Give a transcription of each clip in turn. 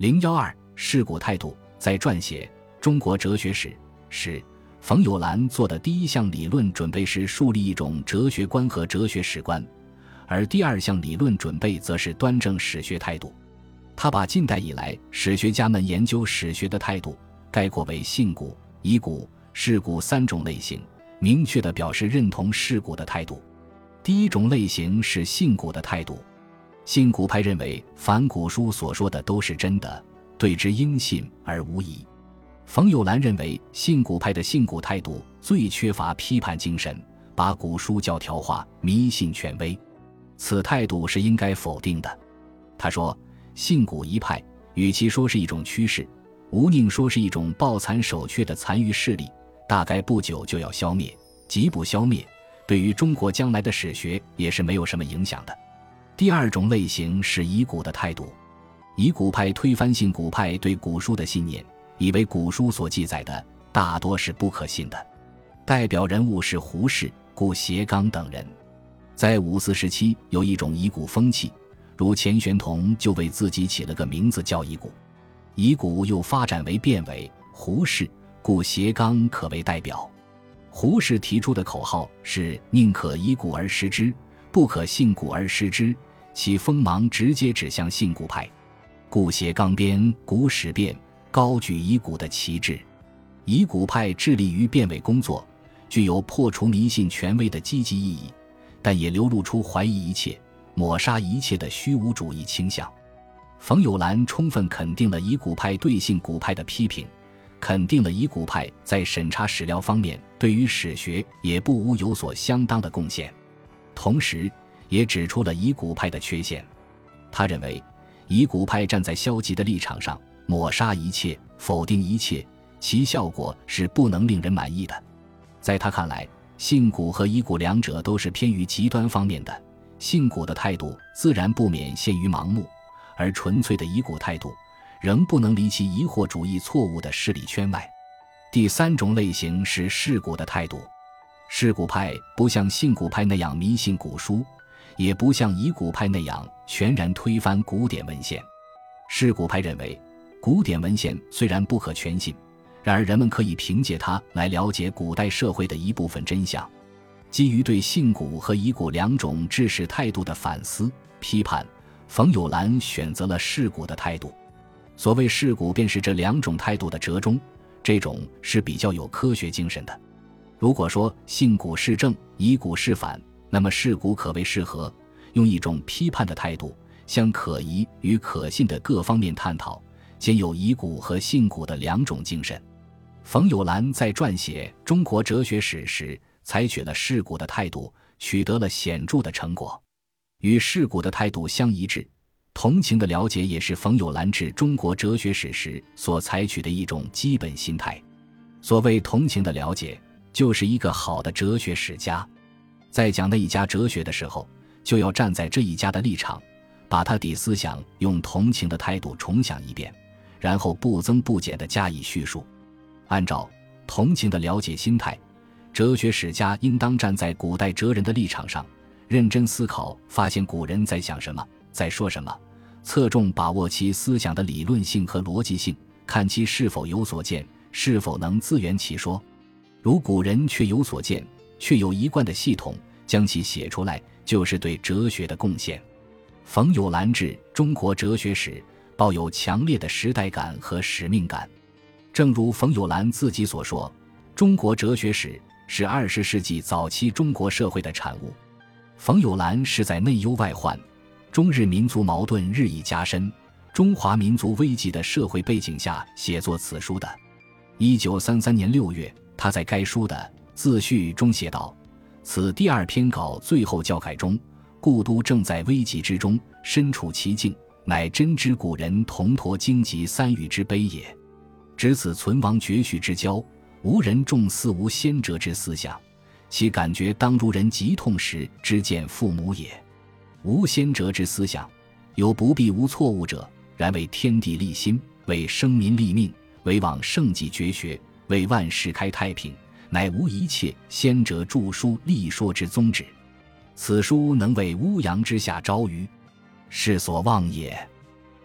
012世古态度。在撰写《中国哲学史》时，冯友兰做的第一项理论准备是树立一种哲学观和哲学史观，而第二项理论准备则是端正史学态度。他把近代以来史学家们研究史学的态度概括为信古、疑古、事古3种类型，明确地表示认同事古的态度。第一种类型是信古的态度。信古派认为凡古书所说的都是真的，对之应信而无疑。冯友兰认为信古派的信古态度最缺乏批判精神，把古书教条化，迷信权威，此态度是应该否定的。他说，信古一派与其说是一种趋势，无宁说是一种抱残守缺的残余势力，大概不久就要消灭，即不消灭，对于中国将来的史学也是没有什么影响的。第二种类型是疑古的态度。疑古派推翻信古派对古书的信念，以为古书所记载的大多是不可信的。代表人物是胡适、顾颉刚等人。在五四时期有一种疑古风气，如钱玄同就为自己起了个名字叫疑古。疑古又发展为辩伪，胡适、顾颉刚可为代表。胡适提出的口号是宁可疑古而实之，不可信古而实之，其锋芒直接指向信古派。顾颉刚编《古史辨》，高举疑古的旗帜。疑古派致力于辩伪工作，具有破除迷信权威的积极意义，但也流露出怀疑一切、抹杀一切的虚无主义倾向。冯友兰充分肯定了疑古派对信古派的批评，肯定了疑古派在审查史料方面对于史学也不无有所相当的贡献，同时也指出了疑古派的缺陷。他认为疑古派站在消极的立场上，抹杀一切，否定一切，其效果是不能令人满意的。在他看来，信古和疑古两者都是偏于极端方面的，信古的态度自然不免陷于盲目，而纯粹的疑古态度仍不能离其疑惑主义错误的势力圈外。第三种类型是事古的态度。事古派不像信古派那样迷信古书，也不像疑古派那样全然推翻古典文献。事古派认为，古典文献虽然不可全信，然而人们可以凭借它来了解古代社会的一部分真相。基于对信古和疑古两种治史态度的反思批判，冯友兰选择了事古的态度。所谓事古便是这两种态度的折中，这种是比较有科学精神的。如果说信古是正，疑古是反，那么事古可谓是和，用一种批判的态度向可疑与可信的各方面探讨，兼有疑古和信古的两种精神。冯友兰在撰写《中国哲学史》时采取了事古的态度，取得了显著的成果。与事古的态度相一致，同情的了解也是冯友兰治《中国哲学史》时所采取的一种基本心态。所谓同情的了解，就是一个好的哲学史家在讲那一家哲学的时候，就要站在这一家的立场，把他的思想用同情的态度重想一遍，然后不增不减地加以叙述。按照同情的了解心态，哲学史家应当站在古代哲人的立场上，认真思考，发现古人在想什么，在说什么，侧重把握其思想的理论性和逻辑性，看其是否有所见，是否能自圆其说。如古人却有所见，却有一贯的系统，将其写出来，就是对哲学的贡献。冯友兰治《中国哲学史》抱有强烈的时代感和使命感。正如冯友兰自己所说，中国哲学史是20世纪早期中国社会的产物。冯友兰是在内忧外患、中日民族矛盾日益加深、中华民族危急的社会背景下写作此书的。1933年6月，他在该书的自序中写道：此第二篇稿最后校改中，故都正在危急之中，身处其境，乃真知古人同陀荆棘三隅之悲也。值此存亡绝续之交，无人重思无先哲之思想，其感觉当如人疾痛时之见父母也。无先哲之思想，有不必无错误者，然为天地立心，为生民立命，为往圣继绝学，为万世开太平，乃无一切先哲著书立说之宗旨。此书能为乌阳之下朝鱼，是所望也。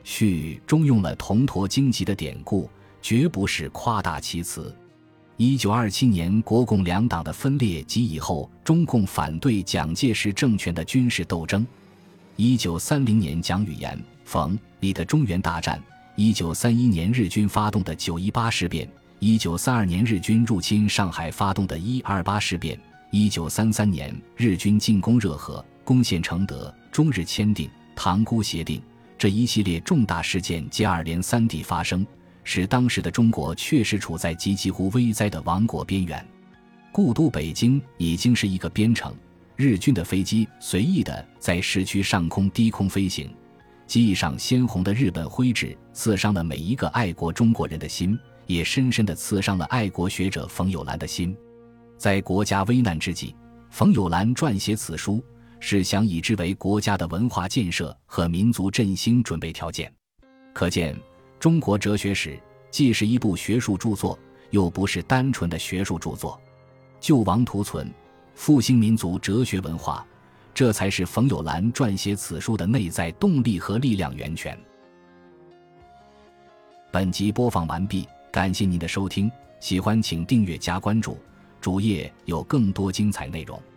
序中用了铜驼荆棘的典故，绝不是夸大其词。1927年国共两党的分裂及以后中共反对蒋介石政权的军事斗争，1930年蒋与阎、冯、李的中原大战，1931年日军发动的9·18事变，1932年日军入侵上海发动的1·28事变，1933年日军进攻热河，攻陷承德，中日签订塘沽协定，这一系列重大事件接二连三地发生，使当时的中国确实处在几乎危灾的亡国边缘。故都北京已经是一个边城，日军的飞机随意地在市区上空低空飞行，机翼上鲜红的日本徽志刺伤了每一个爱国中国人的心，也深深地刺伤了爱国学者冯友兰的心。在国家危难之际，冯友兰撰写此书，是想以之为国家的文化建设和民族振兴准备条件。可见中国哲学史既是一部学术著作，又不是单纯的学术著作。救亡图存，复兴民族哲学文化，这才是冯友兰撰写此书的内在动力和力量源泉。本集播放完毕，感谢您的收听，喜欢请订阅加关注，主页有更多精彩内容。